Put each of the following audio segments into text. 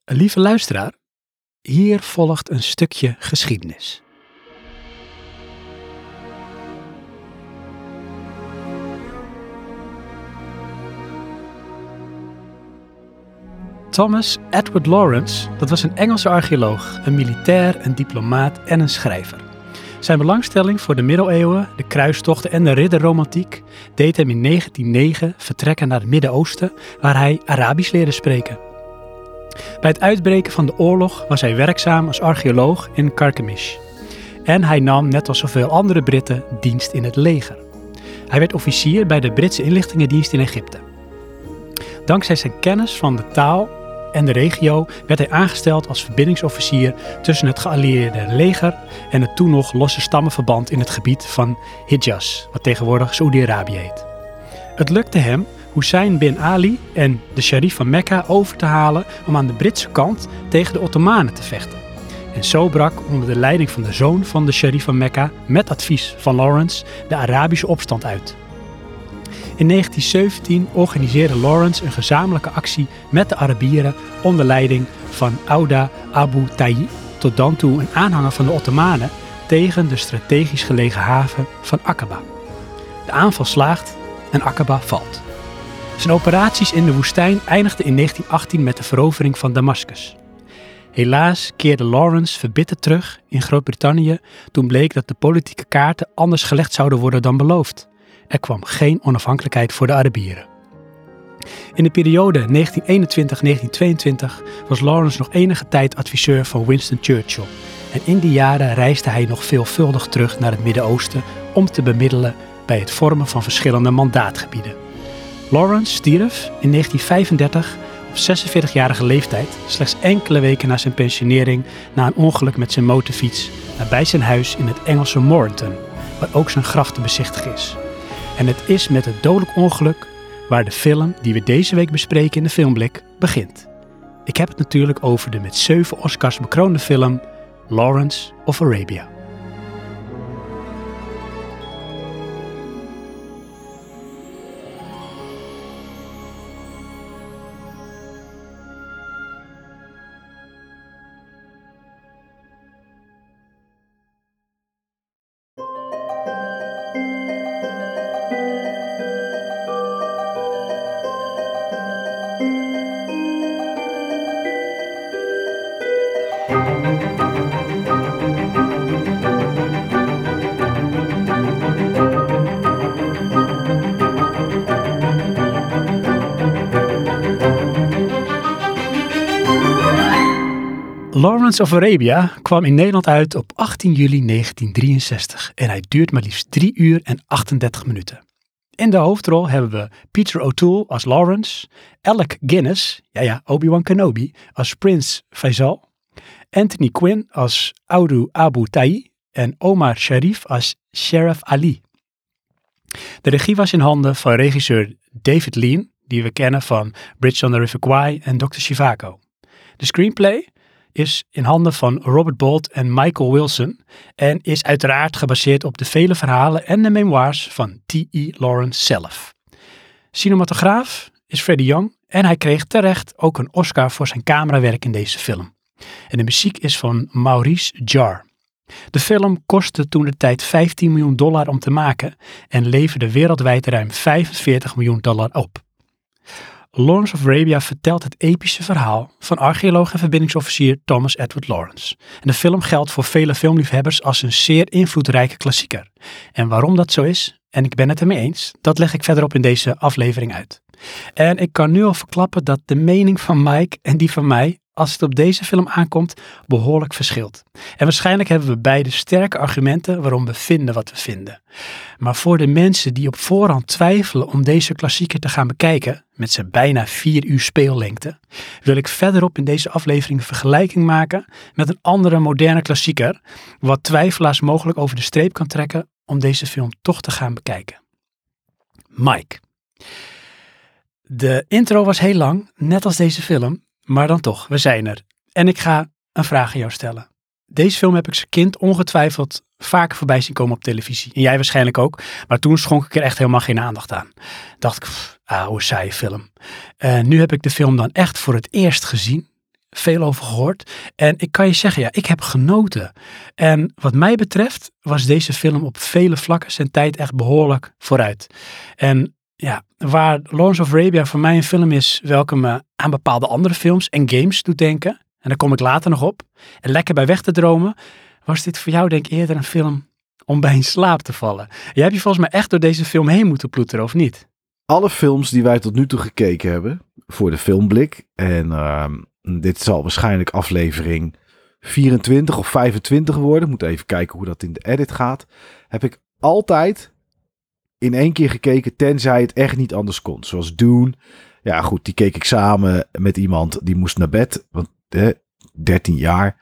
Lieve luisteraar, hier volgt een stukje geschiedenis. Thomas Edward Lawrence, dat was een Engelse archeoloog, een militair, een diplomaat en een schrijver. Zijn belangstelling voor de middeleeuwen, de kruistochten en de ridderromantiek deed hem in 1909 vertrekken naar het Midden-Oosten, waar hij Arabisch leerde spreken. Bij het uitbreken van de oorlog was hij werkzaam als archeoloog in Carchemish. En hij nam, net als zoveel andere Britten, dienst in het leger. Hij werd officier bij de Britse inlichtingendienst in Egypte. Dankzij zijn kennis van de taal en de regio werd hij aangesteld als verbindingsofficier tussen het geallieerde leger en het toen nog losse stammenverband in het gebied van Hijaz, wat tegenwoordig Saoedi-Arabië heet. Het lukte hem Hussein bin Ali en de sharif van Mekka over te halen om aan de Britse kant tegen de Ottomanen te vechten. En zo brak onder de leiding van de zoon van de sharif van Mekka, met advies van Lawrence, de Arabische opstand uit. In 1917 organiseerde Lawrence een gezamenlijke actie met de Arabieren onder leiding van Auda Abu Tayi, tot dan toe een aanhanger van de Ottomanen, tegen de strategisch gelegen haven van Aqaba. De aanval slaagt en Aqaba valt. Zijn operaties in de woestijn eindigden in 1918 met de verovering van Damascus. Helaas keerde Lawrence verbitterd terug in Groot-Brittannië toen bleek dat de politieke kaarten anders gelegd zouden worden dan beloofd. Er kwam geen onafhankelijkheid voor de Arabieren. In de periode 1921-1922 was Lawrence nog enige tijd adviseur van Winston Churchill. En in die jaren reisde hij nog veelvuldig terug naar het Midden-Oosten om te bemiddelen bij het vormen van verschillende mandaatgebieden. Lawrence stierf in 1935 op 46-jarige leeftijd, slechts enkele weken na zijn pensionering, na een ongeluk met zijn motorfiets nabij zijn huis in het Engelse Mornton, waar ook zijn graf te bezichtigen is. En het is met het dodelijk ongeluk waar de film die we deze week bespreken in de Filmblik begint. Ik heb het natuurlijk over de met 7 Oscars bekroonde film Lawrence of Arabia. Lawrence of Arabia kwam in Nederland uit op 18 juli 1963 en hij duurt maar liefst 3 uur en 38 minuten. In de hoofdrol hebben we Peter O'Toole als Lawrence, Alec Guinness, Obi-Wan Kenobi, als Prins Faisal, Anthony Quinn als Audu Abu Tayi en Omar Sharif als Sheriff Ali. De regie was in handen van regisseur David Lean, die we kennen van Bridge on the River Kwai en Dr. Zhivago. De screenplay is in handen van Robert Bolt en Michael Wilson en is uiteraard gebaseerd op de vele verhalen en de memoirs van T.E. Lawrence zelf. Cinematograaf is Freddie Young en hij kreeg terecht ook een Oscar voor zijn camerawerk in deze film. En de muziek is van Maurice Jarre. De film kostte toentertijd $15 miljoen om te maken en leverde wereldwijd ruim $45 miljoen op. Lawrence of Arabia vertelt het epische verhaal van archeoloog en verbindingsofficier Thomas Edward Lawrence. En de film geldt voor vele filmliefhebbers als een zeer invloedrijke klassieker. En waarom dat zo is, en ik ben het ermee eens, dat leg ik verderop in deze aflevering uit. En ik kan nu al verklappen dat de mening van Mike en die van mij, als het op deze film aankomt, behoorlijk verschilt. En waarschijnlijk hebben we beide sterke argumenten waarom we vinden wat we vinden. Maar voor de mensen die op voorhand twijfelen om deze klassieker te gaan bekijken, met zijn bijna 4 uur speellengte, wil ik verderop in deze aflevering een vergelijking maken met een andere moderne klassieker, wat twijfelaars mogelijk over de streep kan trekken om deze film toch te gaan bekijken. Mike. De intro was heel lang, net als deze film, maar dan toch, we zijn er. En ik ga een vraag aan jou stellen. Deze film heb ik als kind ongetwijfeld vaker voorbij zien komen op televisie. En jij waarschijnlijk ook. Maar toen schonk ik er echt helemaal geen aandacht aan. Dacht ik, hoe saaie film. Nu heb ik de film dan echt voor het eerst gezien. veel over gehoord. En ik kan je zeggen, ja, ik heb genoten. En wat mij betreft was deze film op vele vlakken zijn tijd echt behoorlijk vooruit. En ja, waar Lawrence of Arabia voor mij een film is welke me aan bepaalde andere films en games doet denken. En daar kom ik later nog op. En lekker bij weg te dromen, was dit voor jou denk ik eerder een film om bij in slaap te vallen. Jij hebt je volgens mij echt door deze film heen moeten ploeteren, of niet? Alle films die wij tot nu toe gekeken hebben voor de filmblik. En dit zal waarschijnlijk aflevering 24 of 25 worden. Moet even kijken hoe dat in de edit gaat. Heb ik altijd in één keer gekeken, tenzij het echt niet anders kon. Zoals Dune. Ja goed, die keek ik samen met iemand die moest naar bed. Want 13 jaar.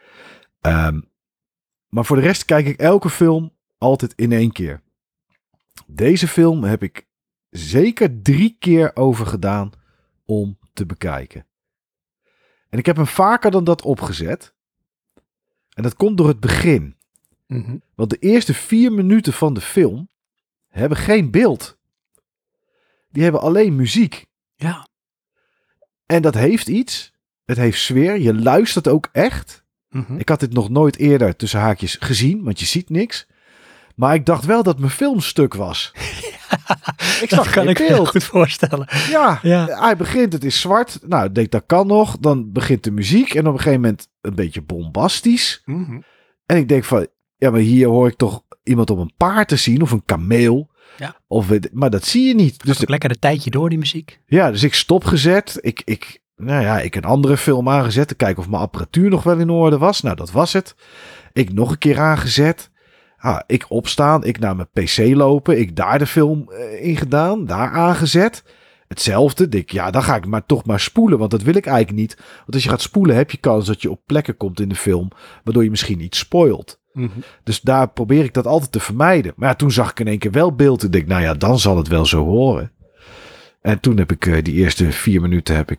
Maar voor de rest kijk ik elke film altijd in één keer. Deze film heb ik zeker 3 keer over gedaan om te bekijken. En ik heb hem vaker dan dat opgezet. En dat komt door het begin. Mm-hmm. Want de eerste 4 minuten van de film hebben geen beeld. Die hebben alleen muziek. Ja. En dat heeft iets. Het heeft sfeer. Je luistert ook echt. Mm-hmm. Ik had dit nog nooit eerder tussen haakjes gezien, want je ziet niks. Maar ik dacht wel dat mijn film stuk was. Ik zag dat kan geen ik me beeld. goed voorstellen. Ja, Ja. hij begint, het is zwart. Nou, ik denk dat kan nog. Dan begint de muziek en op een gegeven moment een beetje bombastisch. Mm-hmm. En ik denk van, ja, maar hier hoor ik toch iemand op een paard te zien of een kameel. Ja. Maar dat zie je niet. Dus ook lekker een tijdje door die muziek. Ja, dus ik stopgezet. Ik een andere film aangezet. Te kijken of mijn apparatuur nog wel in orde was. Nou, dat was het. Ik nog een keer aangezet. Ik opstaan. Ik naar mijn pc lopen. Ik daar de film in gedaan. Daar aangezet. Hetzelfde. Denk, ja, dan ga ik maar toch maar spoelen. Want dat wil ik eigenlijk niet. Want als je gaat spoelen heb je kans dat je op plekken komt in de film. Waardoor je misschien iets spoilt. Mm-hmm. Dus daar probeer ik dat altijd te vermijden. Maar ja, toen zag ik in één keer wel beeld. En denk, nou ja, dan zal het wel zo horen. En toen heb ik die eerste 4 minuten heb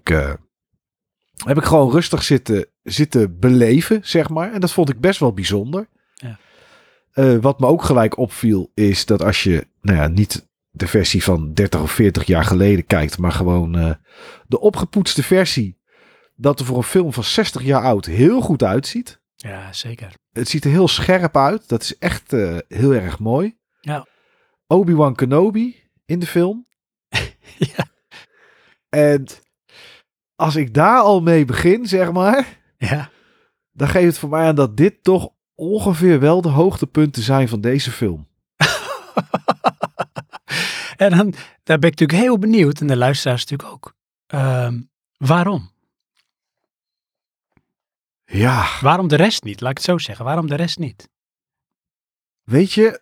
ik gewoon rustig zitten beleven, zeg maar. En dat vond ik best wel bijzonder. Ja. Wat me ook gelijk opviel is dat als je niet de versie van 30 of 40 jaar geleden kijkt, maar gewoon de opgepoetste versie, dat er voor een film van 60 jaar oud heel goed uitziet. Ja, zeker. Het ziet er heel scherp uit. Dat is echt heel erg mooi. Ja. Obi-Wan Kenobi in de film. Ja. En als ik daar al mee begin, zeg maar, Ja. dan geeft het voor mij aan dat dit toch ongeveer wel de hoogtepunten zijn van deze film. En dan, daar ben ik natuurlijk heel benieuwd, en de luisteraars natuurlijk ook. Waarom? Ja, Waarom de rest niet? Laat ik het zo zeggen. Waarom de rest niet? weet je,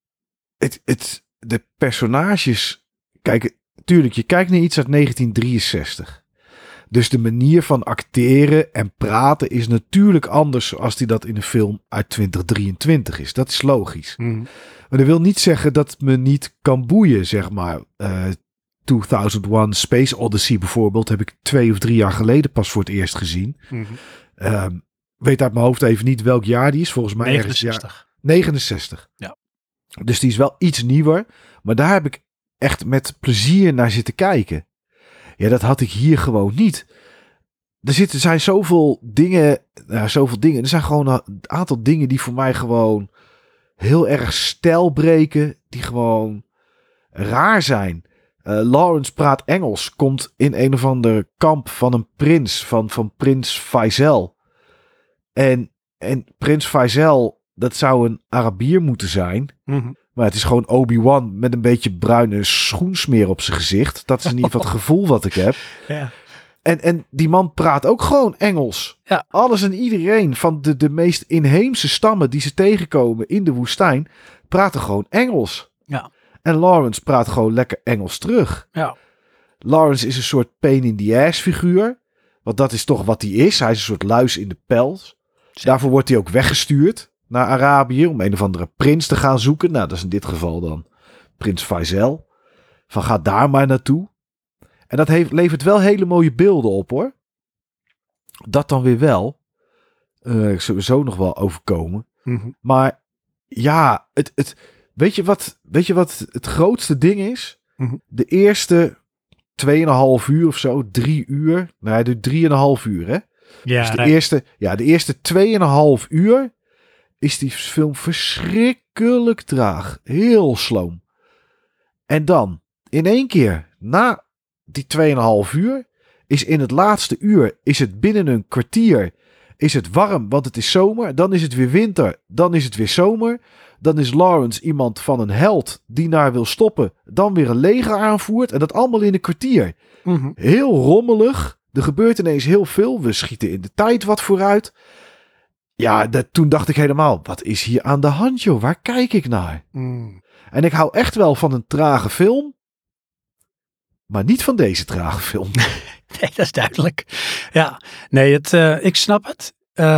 de personages, kijk, tuurlijk, je kijkt naar iets uit 1963. Dus de manier van acteren en praten is natuurlijk anders zoals die dat in een film uit 2023 is. Dat is logisch. Mm. Maar dat wil niet zeggen dat het me niet kan boeien, zeg maar. 2001 Space Odyssey bijvoorbeeld heb ik 2 of 3 jaar geleden pas voor het eerst gezien. Mm-hmm. Weet uit mijn hoofd even niet welk jaar die is. Volgens mij 69. 69. Ja. Dus die is wel iets nieuwer. Maar daar heb ik echt met plezier naar zitten kijken. Ja, dat had ik hier gewoon niet. Er zijn zoveel dingen. Er zijn gewoon een aantal dingen die voor mij gewoon heel erg stijl breken. Die gewoon raar zijn. Lawrence praat Engels. Komt in een of ander kamp van een prins. Van prins Faisal. En prins Faisal, dat zou een Arabier moeten zijn. Mm-hmm. Maar het is gewoon Obi-Wan met een beetje bruine schoensmeer op zijn gezicht. Dat is in ieder geval het gevoel wat ik heb. Ja. En die man praat ook gewoon Engels. Ja. Alles en iedereen van de meest inheemse stammen die ze tegenkomen in de woestijn, praten gewoon Engels. Ja. En Lawrence praat gewoon lekker Engels terug. Ja. Lawrence is een soort pain in the ass figuur. Want dat is toch wat hij is. Hij is een soort luis in de pels. Daarvoor wordt hij ook weggestuurd naar Arabië om een of andere prins te gaan zoeken. Nou, dat is in dit geval dan prins Faisal. Van ga daar maar naartoe. En dat levert wel hele mooie beelden op, hoor. Dat dan weer wel. Ik zullen we zo nog wel overkomen. Mm-hmm. Maar ja, weet je wat het grootste ding is? Mm-hmm. De eerste 2,5 uur of zo, 3 uur. Nou, hij doet 3,5 uur, hè? Ja, Dus de eerste 2,5 uur is die film verschrikkelijk traag. Heel sloom. En dan, in één keer, na die 2,5 uur, is in het laatste uur, is het binnen een kwartier, is het warm, want het is zomer. Dan is het weer winter, dan is het weer zomer. Dan is Lawrence iemand van een held die naar wil stoppen, dan weer een leger aanvoert. En dat allemaal in een kwartier. Mm-hmm. Heel rommelig. Er gebeurt ineens heel veel. We schieten in de tijd wat vooruit. Ja, toen dacht ik helemaal, wat is hier aan de hand, joh? Waar kijk ik naar? Mm. En ik hou echt wel van een trage film. Maar niet van deze trage film. Nee, dat is duidelijk. Ja, nee, ik snap het.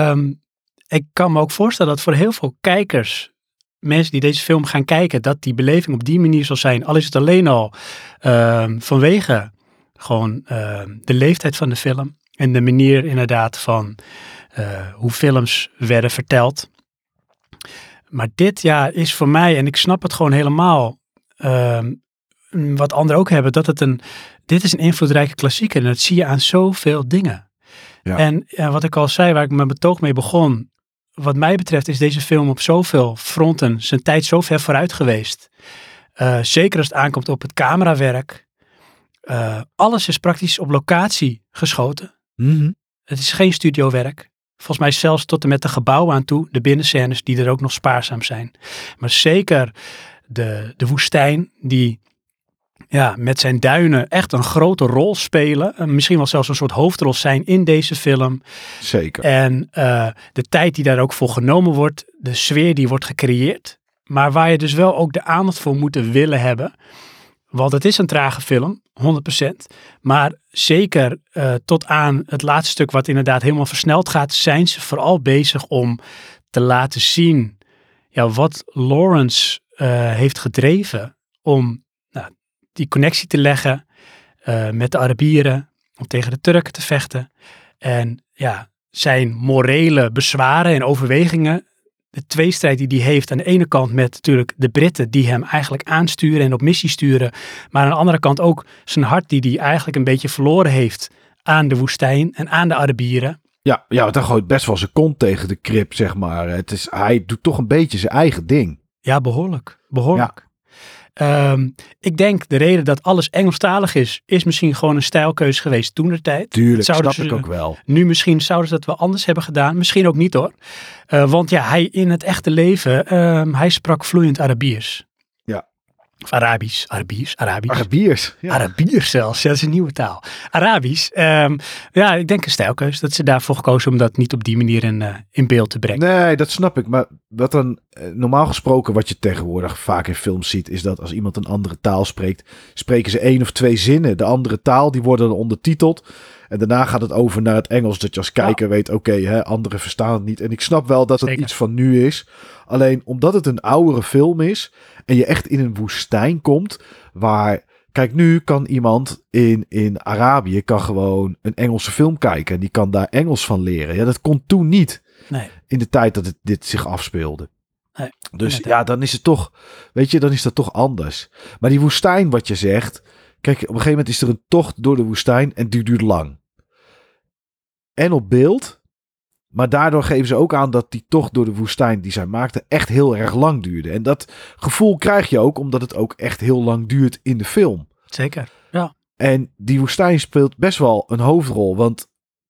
Ik kan me ook voorstellen dat voor heel veel kijkers, mensen die deze film gaan kijken, dat die beleving op die manier zal zijn. Al is het alleen al vanwege gewoon de leeftijd van de film. En de manier inderdaad van hoe films werden verteld. Maar dit is voor mij, en ik snap het gewoon helemaal, wat anderen ook hebben, dat dit is een invloedrijke klassieker. En dat zie je aan zoveel dingen. Ja. En wat ik al zei, waar ik mijn betoog mee begon, wat mij betreft is deze film op zoveel fronten zijn tijd zo ver vooruit geweest. Zeker als het aankomt op het camerawerk. Alles is praktisch op locatie geschoten. Mm-hmm. Het is geen studiowerk. Volgens mij zelfs tot en met de gebouwen aan toe, de binnenscènes die er ook nog spaarzaam zijn. Maar zeker de woestijn die met zijn duinen echt een grote rol spelen. Misschien wel zelfs een soort hoofdrol zijn in deze film. Zeker. En de tijd die daar ook voor genomen wordt, de sfeer die wordt gecreëerd. Maar waar je dus wel ook de aandacht voor moet willen hebben. Want het is een trage film, 100%. Maar zeker tot aan het laatste stuk wat inderdaad helemaal versneld gaat, zijn ze vooral bezig om te laten zien wat Lawrence heeft gedreven om die connectie te leggen met de Arabieren, om tegen de Turken te vechten. En zijn morele bezwaren en overwegingen, de tweestrijd die hij heeft aan de ene kant met natuurlijk de Britten die hem eigenlijk aansturen en op missie sturen, maar aan de andere kant ook zijn hart die hij eigenlijk een beetje verloren heeft aan de woestijn en aan de Arabieren. Ja, want hij gooit best wel zijn kont tegen de krib, zeg maar. Hij doet toch een beetje zijn eigen ding. Ja, behoorlijk. Ja. Ik denk de reden dat alles Engelstalig is misschien gewoon een stijlkeus geweest toentertijd. Tuurlijk, snap ik ook wel. Nu misschien zouden ze dat wel anders hebben gedaan. Misschien ook niet hoor. Want hij in het echte leven, hij sprak vloeiend Arabiers. Ja. Of Arabisch. Arabiers. Ja. Arabiers zelfs, dat is een nieuwe taal. Arabisch. Ik denk een stijlkeus dat ze daarvoor gekozen om dat niet op die manier in beeld te brengen. Nee, dat snap ik. Maar wat dan normaal gesproken wat je tegenwoordig vaak in films ziet, is dat als iemand een andere taal spreekt, spreken ze 1 of 2 zinnen. De andere taal, die worden dan ondertiteld. En daarna gaat het over naar het Engels, dat je als kijker weet, oké, anderen verstaan het niet. En ik snap wel dat het iets van nu is. Alleen omdat het een oudere film is en je echt in een woestijn komt waar... Kijk, nu kan iemand in Arabië kan gewoon een Engelse film kijken en die kan daar Engels van leren. Ja, dat kon toen niet. Nee. In de tijd dat dit zich afspeelde. Nee, dus dan is het toch, dan is dat toch anders. Maar die woestijn wat je zegt, kijk, op een gegeven moment is er een tocht door de woestijn en die duurt lang. En op beeld, maar daardoor geven ze ook aan dat die tocht door de woestijn die zij maakten echt heel erg lang duurde. En dat gevoel krijg je ook omdat het ook echt heel lang duurt in de film. Zeker, ja. En die woestijn speelt best wel een hoofdrol, want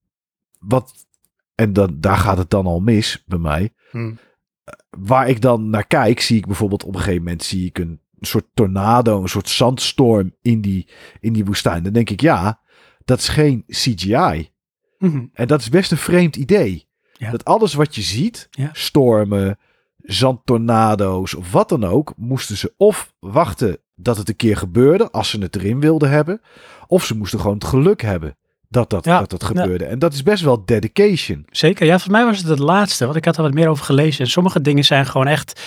daar gaat het dan al mis bij mij. Waar ik dan naar kijk, zie ik bijvoorbeeld op een gegeven moment een soort tornado, een soort zandstorm in die woestijn. Dan denk ik, dat is geen CGI. Mm-hmm. En dat is best een vreemd idee. Ja. Dat alles wat je ziet, stormen, zandtornado's of wat dan ook, moesten ze of wachten dat het een keer gebeurde, als ze het erin wilden hebben, of ze moesten gewoon het geluk hebben dat gebeurde. En dat is best wel dedication. Zeker, ja, voor mij was het laatste, want ik had er wat meer over gelezen. En sommige dingen zijn gewoon echt...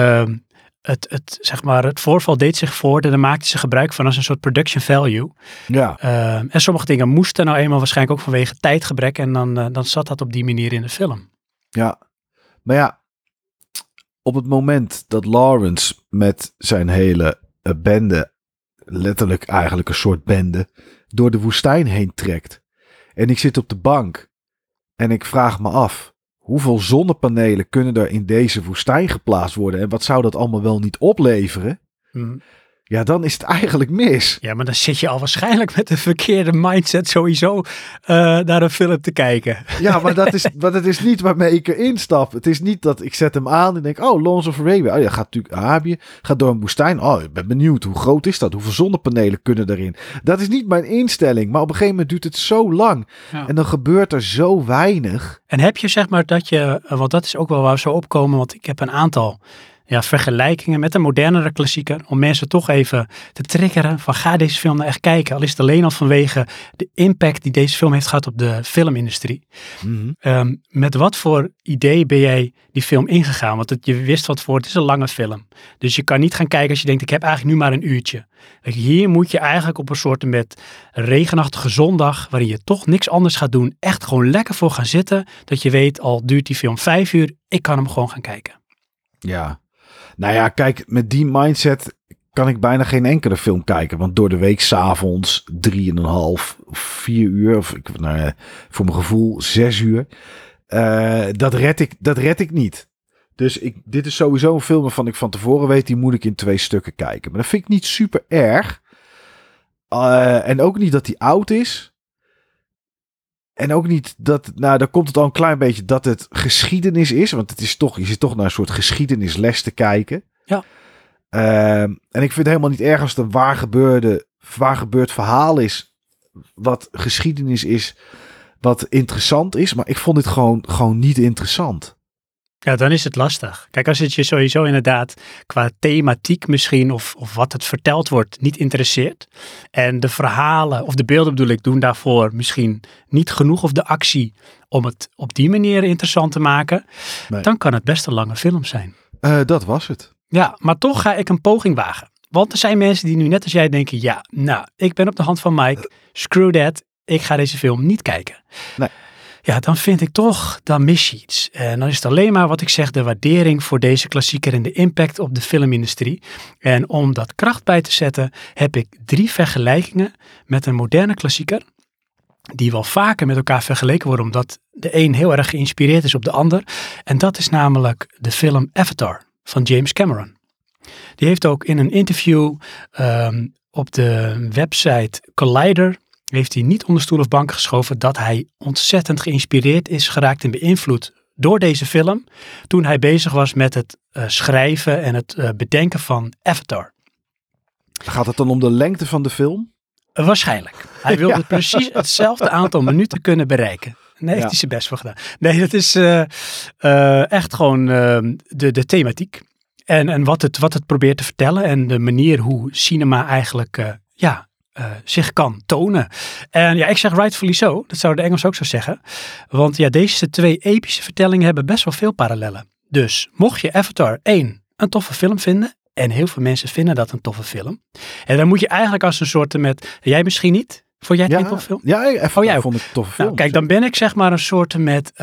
Het voorval deed zich voor en daar maakten ze gebruik van als een soort production value. Ja. En sommige dingen moesten nou eenmaal waarschijnlijk ook vanwege tijdgebrek en dan zat dat op die manier in de film. Ja, maar op het moment dat Lawrence met zijn hele bende, letterlijk eigenlijk een soort bende, door de woestijn heen trekt. En ik zit op de bank En ik vraag me af, hoeveel zonnepanelen kunnen er in deze woestijn geplaatst worden? En wat zou dat allemaal wel niet opleveren? Ja, dan is het eigenlijk mis. Ja, maar dan zit je al waarschijnlijk met een verkeerde mindset sowieso naar een film te kijken. Ja, maar dat is niet waarmee ik erin stap. Het is niet dat ik zet hem aan en denk, oh, Lawrence of Arabia. Oh ja, gaat natuurlijk Arabië, gaat door een woestijn. Oh, ik ben benieuwd, hoe groot is dat? Hoeveel zonnepanelen kunnen erin? Dat is niet mijn instelling, maar op een gegeven moment duurt het zo lang. Ja. En dan gebeurt er zo weinig. En heb je zeg maar dat je, want dat is ook wel waar we zo opkomen, want ik heb een aantal vergelijkingen met een modernere klassieker, om mensen toch even te triggeren van ga deze film nou echt kijken. Al is het alleen al vanwege de impact die deze film heeft gehad op de filmindustrie. Met wat voor idee ben jij die film ingegaan? Want je wist wat voor, het is een lange film. Dus je kan niet gaan kijken als je denkt, ik heb eigenlijk nu maar een uurtje. Hier moet je eigenlijk op een soort met regenachtige zondag, waarin je toch niks anders gaat doen, echt gewoon lekker voor gaan zitten. Dat je weet, al duurt die film 5 uur, ik kan hem gewoon gaan kijken. Ja. Nou ja, kijk, met die mindset kan ik bijna geen enkele film kijken. Want door de week 's avonds 3,5 of 4 uur, of voor mijn gevoel 6 uur. Dat red ik niet. Dus dit is sowieso een film waarvan ik van tevoren weet, die moet ik in 2 stukken kijken. Maar dat vind ik niet super erg. En ook niet dat hij oud is. En ook niet dat, daar komt het al een klein beetje dat het geschiedenis is. Want het is toch, je zit toch naar een soort geschiedenisles te kijken. Ja. En ik vind het helemaal niet erg als het een waar gebeurd verhaal is. Wat geschiedenis is, wat interessant is. Maar ik vond dit gewoon niet interessant. Ja, dan is het lastig. Kijk, als het je sowieso inderdaad qua thematiek misschien of wat het verteld wordt niet interesseert. En de verhalen of de beelden bedoel ik doen daarvoor misschien niet genoeg of de actie om het op die manier interessant te maken. Nee. Dan kan het best een lange film zijn. Dat was het. Ja, maar toch ga ik een poging wagen. Want er zijn mensen die nu net als jij denken, ja, nou, ik ben op de hand van Mike. Screw that. Ik ga deze film niet kijken. Nee. Ja, dan vind ik toch, dan mis je iets. En dan is het alleen maar wat ik zeg, de waardering voor deze klassieker en de impact op de filmindustrie. En om dat kracht bij te zetten, heb ik 3 vergelijkingen met een moderne klassieker. Die wel vaker met elkaar vergeleken worden, omdat de een heel erg geïnspireerd is op de ander. En dat is namelijk de film Avatar van James Cameron. Die heeft ook in een interview op de website Collider, heeft hij niet onder stoel of bank geschoven dat hij ontzettend geïnspireerd is geraakt en beïnvloed door deze film toen hij bezig was met het schrijven en het bedenken van Avatar. Gaat het dan om de lengte van de film? Waarschijnlijk. Hij wilde precies hetzelfde aantal minuten kunnen bereiken. Nee, heeft hij zijn best voor gedaan. Nee, dat is echt gewoon de thematiek. En wat het probeert te vertellen en de manier hoe cinema eigenlijk zich kan tonen. En ja, ik zeg rightfully so. Dat zou de Engels ook zo zeggen. Want ja, deze 2 epische vertellingen hebben best wel veel parallellen. Dus mocht je Avatar 1 een toffe film vinden, en heel veel mensen vinden dat een toffe film, en dan moet je eigenlijk als een soort met, jij misschien niet? Vond jij het een toffe film? Ja, Avatar vond ik een toffe film. Nou, kijk, dan ben ik zeg maar een soort met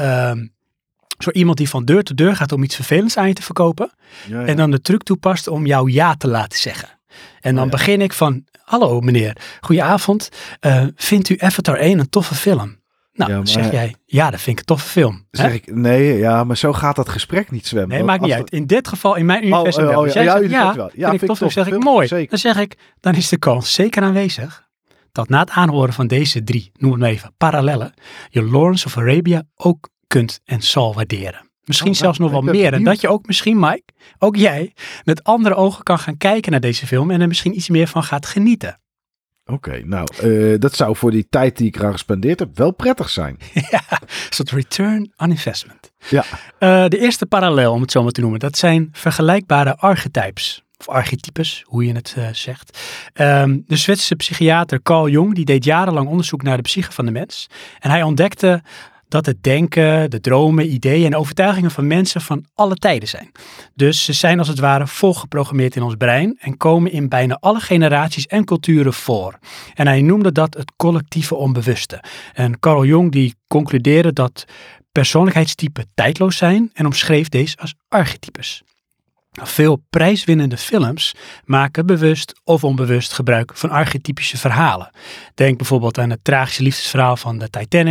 zo iemand die van deur tot deur gaat om iets vervelends aan je te verkopen. Ja. En dan de truc toepast om jou ja te laten zeggen. En dan begin ik van, hallo meneer, goedenavond. Vindt u Avatar 1 een toffe film? Nou, maar zeg jij, ja, dat vind ik een toffe film. Zeg ik, nee, ja, maar zo gaat dat gesprek niet zwemmen. Nee, maakt niet uit. In dit geval, in mijn universum wel. Dus jij zegt, ja, vind ik tof. Dan zeg ik, mooi. Zeker. Dan zeg ik, dan is de kans zeker aanwezig dat na het aanhoren van deze 3, noem het maar even, parallellen, je Lawrence of Arabia ook kunt en zal waarderen. Misschien zelfs nog wel meer. En dat je ook misschien, Mike, ook jij, met andere ogen kan gaan kijken naar deze film en er misschien iets meer van gaat genieten. Oké, nou, dat zou voor die tijd die ik eraan gespendeerd heb wel prettig zijn. Ja, een soort return on investment. Ja. De eerste parallel, om het zo maar te noemen, dat zijn vergelijkbare archetypes. Of archetypes, hoe je het zegt. De Zwitserse psychiater Carl Jung, die deed jarenlang onderzoek naar de psyche van de mens. En hij ontdekte dat het denken, de dromen, ideeën en overtuigingen van mensen van alle tijden zijn. Dus ze zijn als het ware volgeprogrammeerd in ons brein en komen in bijna alle generaties en culturen voor. En hij noemde dat het collectieve onbewuste. En Carl Jung die concludeerde dat persoonlijkheidstypen tijdloos zijn en omschreef deze als archetypes. Veel prijswinnende films maken bewust of onbewust gebruik van archetypische verhalen. Denk bijvoorbeeld aan het tragische liefdesverhaal van de Titanic,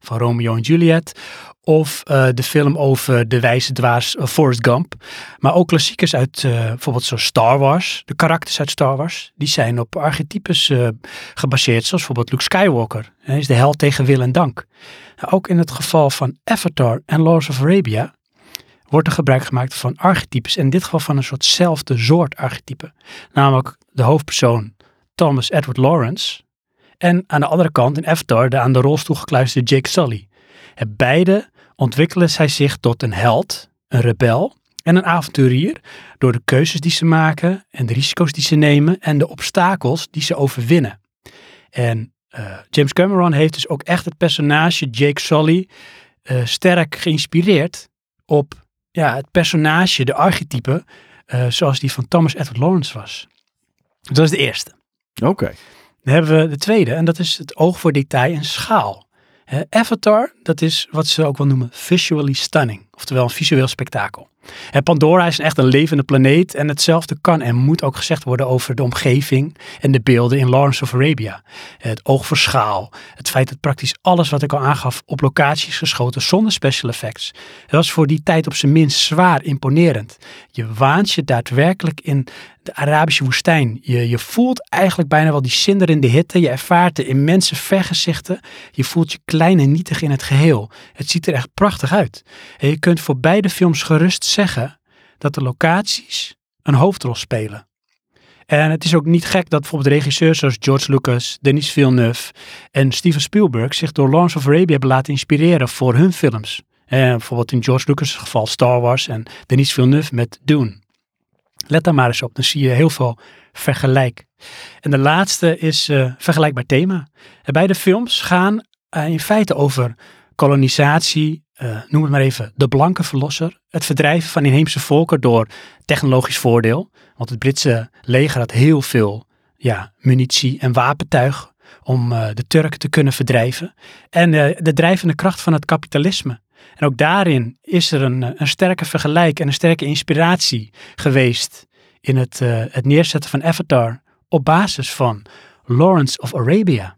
van Romeo en Juliet. Of de film over de wijze dwaas Forrest Gump. Maar ook klassiekers uit bijvoorbeeld zo Star Wars. De karakters uit Star Wars. Die zijn op archetypes gebaseerd. Zoals bijvoorbeeld Luke Skywalker. Hij is de held tegen wil en dank. Ook in het geval van Avatar en Lawrence of Arabia wordt er gebruik gemaakt van archetypes. En in dit geval van een soortzelfde soort archetype. Namelijk de hoofdpersoon Thomas Edward Lawrence. En aan de andere kant in Avatar de aan de rolstoel gekluisterde Jake Sully. En beide ontwikkelen zij zich tot een held, een rebel en een avonturier door de keuzes die ze maken en de risico's die ze nemen en de obstakels die ze overwinnen. En James Cameron heeft dus ook echt het personage Jake Sully sterk geïnspireerd op het personage, de archetype, zoals die van Thomas Edward Lawrence was. Dat is de eerste. Oké. Dan hebben we de tweede en dat is het oog voor detail en schaal. Avatar, dat is wat ze ook wel noemen visually stunning, oftewel een visueel spektakel. Pandora is echt een levende planeet en hetzelfde kan en moet ook gezegd worden over de omgeving en de beelden in Lawrence of Arabia. Het oog voor schaal, het feit dat praktisch alles wat ik al aangaf op locatie is geschoten zonder special effects. Dat was voor die tijd op zijn minst zwaar imponerend. Je waant je daadwerkelijk in de Arabische woestijn. Je voelt eigenlijk bijna wel die zinderende hitte. Je ervaart de immense vergezichten. Je voelt je klein en nietig in het geheel. Het ziet er echt prachtig uit. En je kunt voor beide films gerust zeggen dat de locaties een hoofdrol spelen. En het is ook niet gek dat bijvoorbeeld regisseurs zoals George Lucas, Denis Villeneuve en Steven Spielberg zich door Lawrence of Arabia hebben laten inspireren voor hun films. Bijvoorbeeld in George Lucas' geval Star Wars en Denis Villeneuve met Dune. Let daar maar eens op, dan zie je heel veel vergelijk. En de laatste is vergelijkbaar thema. Beide films gaan in feite over kolonisatie, noem het maar even, de blanke verlosser. Het verdrijven van inheemse volken door technologisch voordeel. Want het Britse leger had heel veel munitie en wapentuig om de Turken te kunnen verdrijven. En de drijvende kracht van het kapitalisme. En ook daarin is er een sterke vergelijk en een sterke inspiratie geweest in het neerzetten van Avatar op basis van Lawrence of Arabia.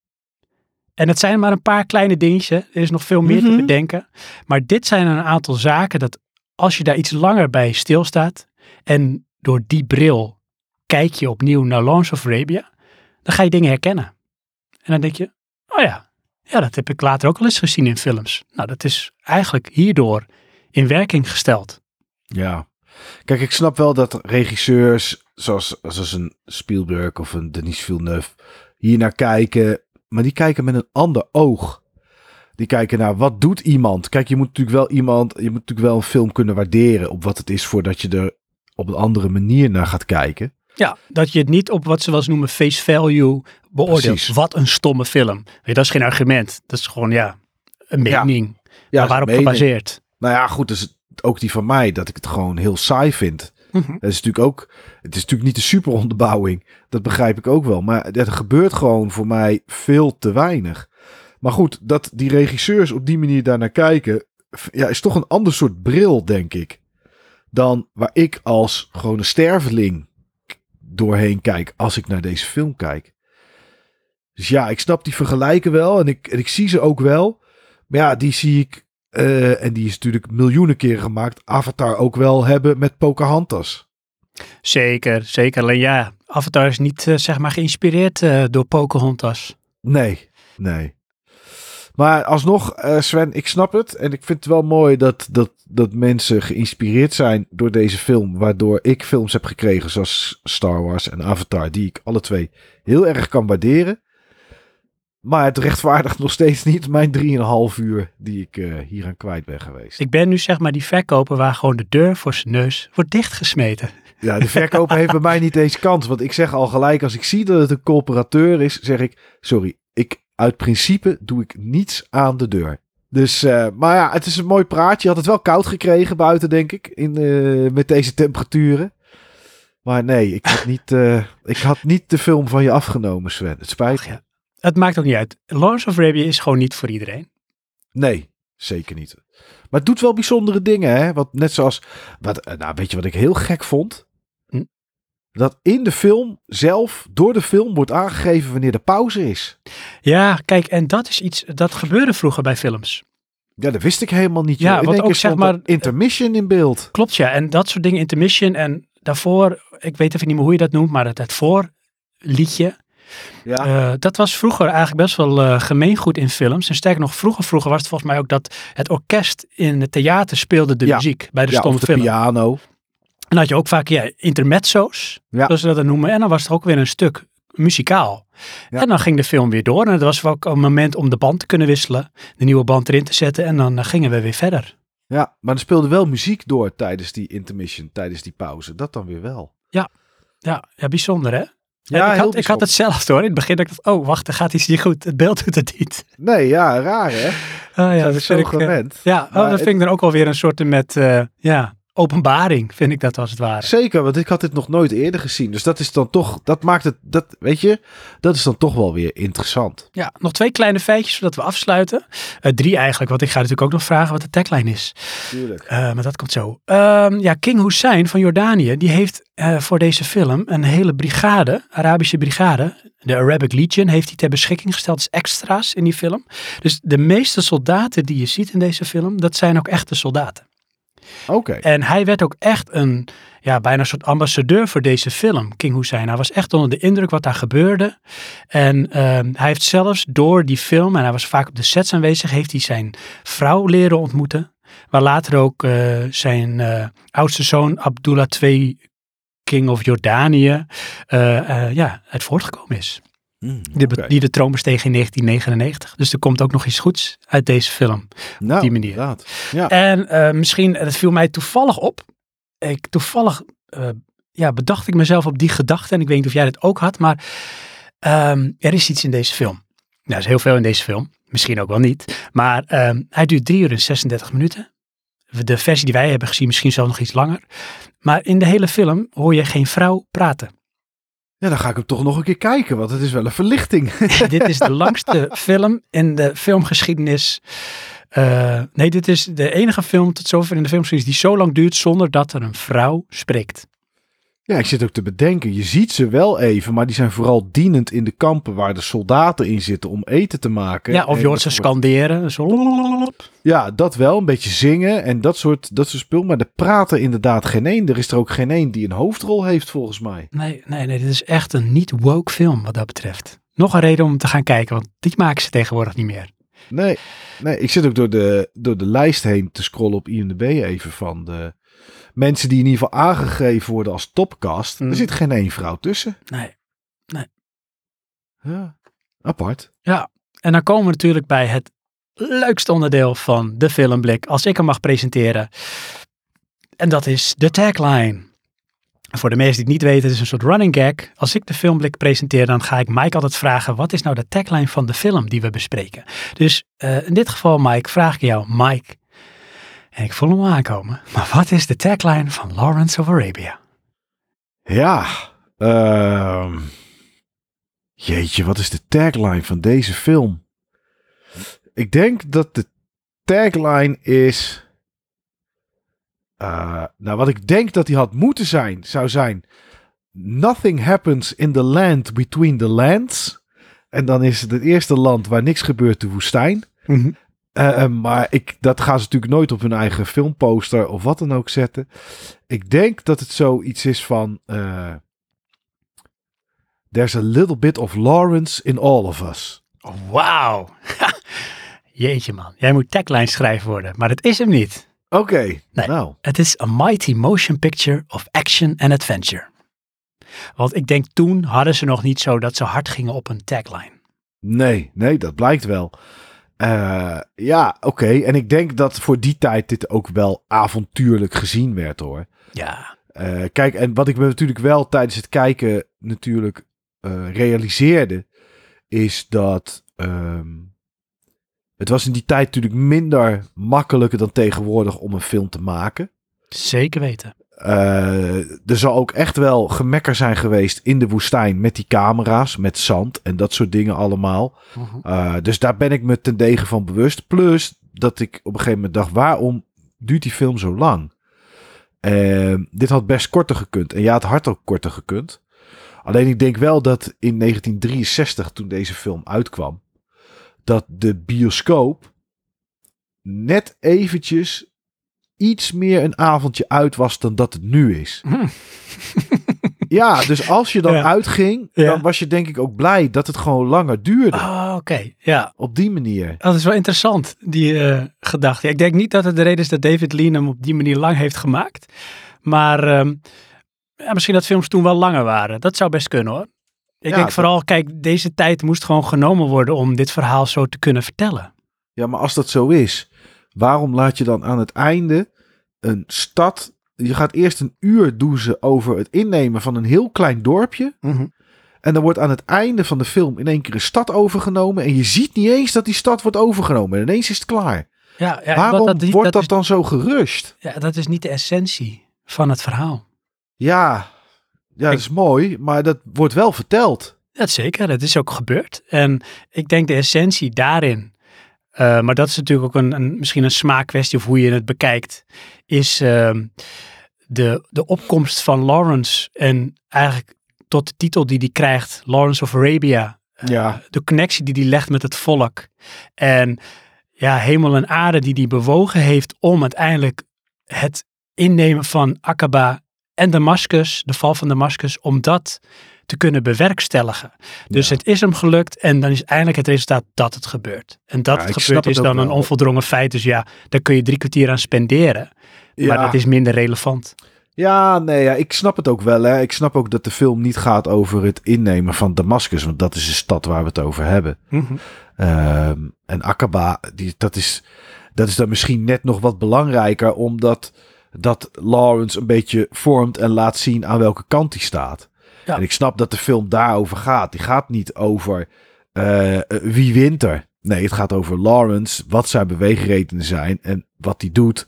En het zijn maar een paar kleine dingetjes. Er is nog veel meer te bedenken. Maar dit zijn een aantal zaken dat als je daar iets langer bij stilstaat en door die bril kijk je opnieuw naar Lawrence of Arabia, dan ga je dingen herkennen. En dan denk je, oh ja, dat heb ik later ook al eens gezien in films. Nou, dat is eigenlijk hierdoor in werking gesteld. Ja. Kijk, ik snap wel dat regisseurs zoals een Spielberg of een Denis Villeneuve hier naar kijken, maar die kijken met een ander oog. Die kijken naar wat doet iemand. Kijk, je moet natuurlijk wel een film kunnen waarderen op wat het is voordat je er op een andere manier naar gaat kijken. Ja, dat je het niet op wat ze wel eens noemen face value beoordeelt. Precies. Wat een stomme film. Dat is geen argument. Dat is gewoon een mening. Ja, waarop gebaseerd. Nou ja, goed, dus ook die van mij, dat ik het gewoon heel saai vind. Het is natuurlijk niet de super onderbouwing. Dat begrijp ik ook wel. Maar er gebeurt gewoon voor mij veel te weinig. Maar goed, dat die regisseurs op die manier daarnaar kijken, is toch een ander soort bril, denk ik. Dan waar ik als gewoon een sterveling doorheen kijk als ik naar deze film kijk. Dus ja, ik snap die vergelijken wel en ik zie ze ook wel. Maar ja, die zie ik, en die is natuurlijk miljoenen keren gemaakt, Avatar ook wel hebben met Pocahontas. Zeker. Alleen Avatar is niet geïnspireerd door Pocahontas. Nee. Maar alsnog, Sven, ik snap het. En ik vind het wel mooi dat mensen geïnspireerd zijn door deze film. Waardoor ik films heb gekregen zoals Star Wars en Avatar. Die ik alle twee heel erg kan waarderen. Maar het rechtvaardigt nog steeds niet mijn 3,5 uur die ik hier aan kwijt ben geweest. Ik ben nu die verkoper waar gewoon de deur voor zijn neus wordt dichtgesmeten. Ja, de verkoper heeft bij mij niet eens kans. Want ik zeg al gelijk, als ik zie dat het een coöperateur is, zeg ik, sorry, uit principe doe ik niets aan de deur. Dus, maar ja, het is een mooi praatje. Je had het wel koud gekregen buiten, denk ik, met deze temperaturen. Maar nee, ik had niet de film van je afgenomen, Sven. Het spijt me. Het maakt ook niet uit. Lawrence of Arabia is gewoon niet voor iedereen. Nee, zeker niet. Maar het doet wel bijzondere dingen, hè? Want net zoals, weet je wat ik heel gek vond? dat in de film zelf, door de film, wordt aangegeven wanneer de pauze is. Ja, kijk, en dat is iets, dat gebeurde vroeger bij films. Ja, dat wist ik helemaal niet. Ja, joh. wat ook zeg maar intermission in beeld. Klopt, ja. En dat soort dingen, intermission en daarvoor, ik weet even niet meer hoe je dat noemt, maar het voorliedje. Ja. Dat was vroeger eigenlijk best wel gemeengoed in films. En sterker nog, vroeger was het volgens mij ook dat het orkest in het theater speelde de muziek bij de stomme of de film. piano. En dan had je ook vaak intermezzo's, zoals ze dat dan noemen. En dan was er ook weer een stuk muzikaal. Ja. En dan ging de film weer door. En het was ook een moment om de band te kunnen wisselen. De nieuwe band erin te zetten. En dan gingen we weer verder. Ja, maar er speelde wel muziek door tijdens die intermission, tijdens die pauze. Dat dan weer wel. Ja, bijzonder hè? Ja, ik had hetzelfde hoor. In het begin dacht ik, oh wacht, er gaat iets niet goed. Het beeld doet het niet. Nee, ja, raar hè? Dat is zo gewend. Dat vind ik dan ook alweer een soort met, openbaring, vind ik dat als het ware. Zeker, want ik had dit nog nooit eerder gezien. Dus dat is dan toch, dat maakt het, weet je, dat is dan toch wel weer interessant. Ja, nog 2 kleine feitjes voordat we afsluiten. 3 eigenlijk, want ik ga natuurlijk ook nog vragen wat de tagline is. Tuurlijk. Maar dat komt zo. King Hussein van Jordanië, die heeft voor deze film een hele brigade, Arabische brigade, de Arabic Legion, heeft hij ter beschikking gesteld als extra's in die film. Dus de meeste soldaten die je ziet in deze film, dat zijn ook echte soldaten. Oké. En hij werd ook echt bijna een soort ambassadeur voor deze film, King Hussein. Hij was echt onder de indruk wat daar gebeurde. En hij heeft zelfs door die film, en hij was vaak op de sets aanwezig, heeft hij zijn vrouw leren ontmoeten. Waar later ook zijn oudste zoon Abdullah II, King of Jordanië, uit voortgekomen is. Die de troon besteeg in 1999. Dus er komt ook nog iets goeds uit deze film. Op die manier. Inderdaad. Ja. En misschien, dat viel mij toevallig op. Bedacht ik mezelf op die gedachte. En ik weet niet of jij dat ook had. Maar er is iets in deze film. Nou, er is heel veel in deze film. Misschien ook wel niet. Maar hij duurt 3 uur en 36 minuten. De versie die wij hebben gezien misschien zelfs nog iets langer. Maar in de hele film hoor je geen vrouw praten. Ja, dan ga ik hem toch nog een keer kijken, want het is wel een verlichting. Dit is de langste film in de filmgeschiedenis. Dit is de enige film tot zover in de filmgeschiedenis die zo lang duurt zonder dat er een vrouw spreekt. Ja, ik zit ook te bedenken, je ziet ze wel even, maar die zijn vooral dienend in de kampen waar de soldaten in zitten om eten te maken. Ja, of je hoort ze scanderen. Zo. Ja, dat wel, een beetje zingen en dat soort spul. Maar er praten inderdaad geen één. Er is er ook geen één die een hoofdrol heeft volgens mij. Nee, dit is echt een niet woke film wat dat betreft. Nog een reden om te gaan kijken, want die maken ze tegenwoordig niet meer. Nee, ik zit ook door de lijst heen te scrollen op IMDb even van de mensen die in ieder geval aangegeven worden als topcast. Er zit geen één vrouw tussen. Nee. Ja, apart. Ja, en dan komen we natuurlijk bij het leukste onderdeel van de filmblik, als ik hem mag presenteren. En dat is de tagline. Voor de mensen die het niet weten, het is een soort running gag. Als ik de filmblik presenteer, dan ga ik Mike altijd vragen, wat is nou de tagline van de film die we bespreken? Dus in dit geval, Mike, vraag ik jou, Mike, en ik voel hem aankomen, maar wat is de tagline van Lawrence of Arabia? Ja, jeetje, wat is de tagline van deze film? Ik denk dat de tagline is, wat ik denk dat die had moeten zijn, zou zijn, nothing happens in the land between the lands. En dan is het eerste land waar niks gebeurt de woestijn. Mm-hmm. Maar dat gaan ze natuurlijk nooit op hun eigen filmposter of wat dan ook zetten. Ik denk dat het zoiets is van, there's a little bit of Lawrence in all of us. Wauw. Jeetje man, jij moet tagline schrijven worden, maar het is hem niet. Oké, nee, nou. Het is a mighty motion picture of action and adventure. Want ik denk toen hadden ze nog niet zo dat ze hard gingen op een tagline. Nee, dat blijkt wel. Oké. En ik denk dat voor die tijd dit ook wel avontuurlijk gezien werd hoor. Ja. Kijk, en wat ik me natuurlijk wel tijdens het kijken natuurlijk realiseerde, is dat het was in die tijd natuurlijk minder makkelijker dan tegenwoordig om een film te maken. Zeker weten. Er zal ook echt wel gemekker zijn geweest in de woestijn met die camera's, met zand en dat soort dingen allemaal. Uh-huh. Dus daar ben ik me ten dege van bewust. Plus dat ik op een gegeven moment dacht, waarom duurt die film zo lang? Dit had best korter gekund. En ja, het had ook korter gekund. Alleen ik denk wel dat in 1963, toen deze film uitkwam, dat de bioscoop net eventjes iets meer een avondje uit was dan dat het nu is. Ja, dus als je dan uitging, dan was je denk ik ook blij dat het gewoon langer duurde. Oh, oké. Ja. Op die manier. Dat is wel interessant, die gedachte. Ik denk niet dat het de reden is dat David Lean hem op die manier lang heeft gemaakt. Maar misschien dat films toen wel langer waren. Dat zou best kunnen, hoor. Ik denk vooral, kijk, deze tijd moest gewoon genomen worden om dit verhaal zo te kunnen vertellen. Ja, maar als dat zo is, waarom laat je dan aan het einde een stad... Je gaat eerst een uur douchen over het innemen van een heel klein dorpje. Mm-hmm. En dan wordt aan het einde van de film in één keer een stad overgenomen. En je ziet niet eens dat die stad wordt overgenomen. En ineens is het klaar. Ja, waarom wordt dat dan zo gerust? Ja, dat is niet de essentie van het verhaal. Ja, dat is mooi. Maar dat wordt wel verteld. Dat zeker, dat is ook gebeurd. En ik denk de essentie daarin... maar dat is natuurlijk ook misschien een smaakkwestie of hoe je het bekijkt, is de opkomst van Lawrence en eigenlijk tot de titel die hij krijgt, Lawrence of Arabia. De connectie die hij legt met het volk. En ja, hemel en aarde die hij bewogen heeft om uiteindelijk het innemen van Aqaba en Damascus, de val van Damascus, om dat te kunnen bewerkstelligen. Dus het is hem gelukt en dan is eindelijk het resultaat dat het gebeurt. En dat het gebeurt is dan een onvoldrongen feit. Dus ja, daar kun je 3 kwartier aan spenderen. Maar dat is minder relevant. Ja, ik snap het ook wel. Hè. Ik snap ook dat de film niet gaat over het innemen van Damascus. Want dat is de stad waar we het over hebben. Mm-hmm. En Aqaba, dat is dan misschien net nog wat belangrijker. Omdat dat Lawrence een beetje vormt en laat zien aan welke kant hij staat. Ja. En ik snap dat de film daarover gaat. Die gaat niet over wie wint er. Nee, het gaat over Lawrence, wat zijn beweegredenen zijn en wat hij doet.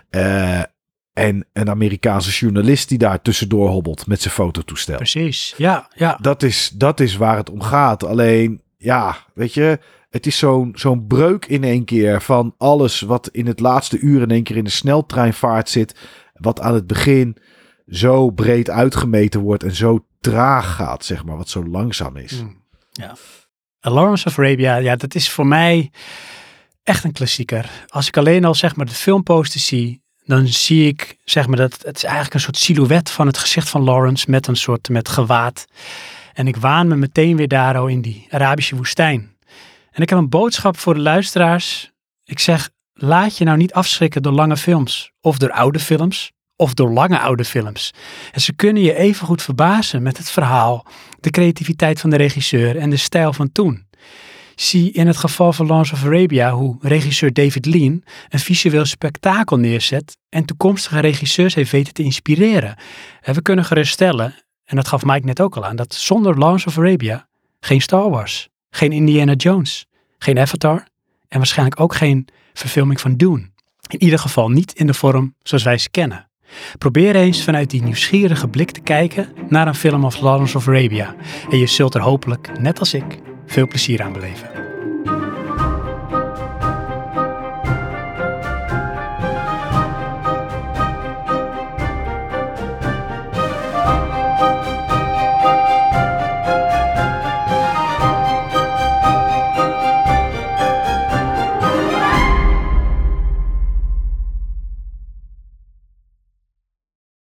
En een Amerikaanse journalist die daar tussendoor hobbelt met zijn fototoestel. Precies, ja. Dat is waar het om gaat. Alleen, ja, weet je, het is zo'n breuk in één keer van alles wat in het laatste uur in één keer in de sneltreinvaart zit. Wat aan het begin zo breed uitgemeten wordt en zo traag gaat, zeg maar, wat zo langzaam is. Ja. Lawrence of Arabia, ja, dat is voor mij echt een klassieker. Als ik alleen al, zeg maar, de filmposter zie, dan zie ik, zeg maar, dat het is eigenlijk een soort silhouet van het gezicht van Lawrence met gewaad. En ik waan me meteen weer daar in die Arabische woestijn. En ik heb een boodschap voor de luisteraars. Ik zeg, laat je nou niet afschrikken door lange films of door oude films. Of door lange oude films. En ze kunnen je even goed verbazen met het verhaal, de creativiteit van de regisseur en de stijl van toen. Zie in het geval van Lawrence of Arabia hoe regisseur David Lean een visueel spektakel neerzet en toekomstige regisseurs heeft weten te inspireren. En we kunnen geruststellen, en dat gaf Mike net ook al aan, dat zonder Lawrence of Arabia geen Star Wars, geen Indiana Jones, geen Avatar en waarschijnlijk ook geen verfilming van Dune. In ieder geval niet in de vorm zoals wij ze kennen. Probeer eens vanuit die nieuwsgierige blik te kijken naar een film als Lawrence of Arabia. En je zult er hopelijk, net als ik, veel plezier aan beleven.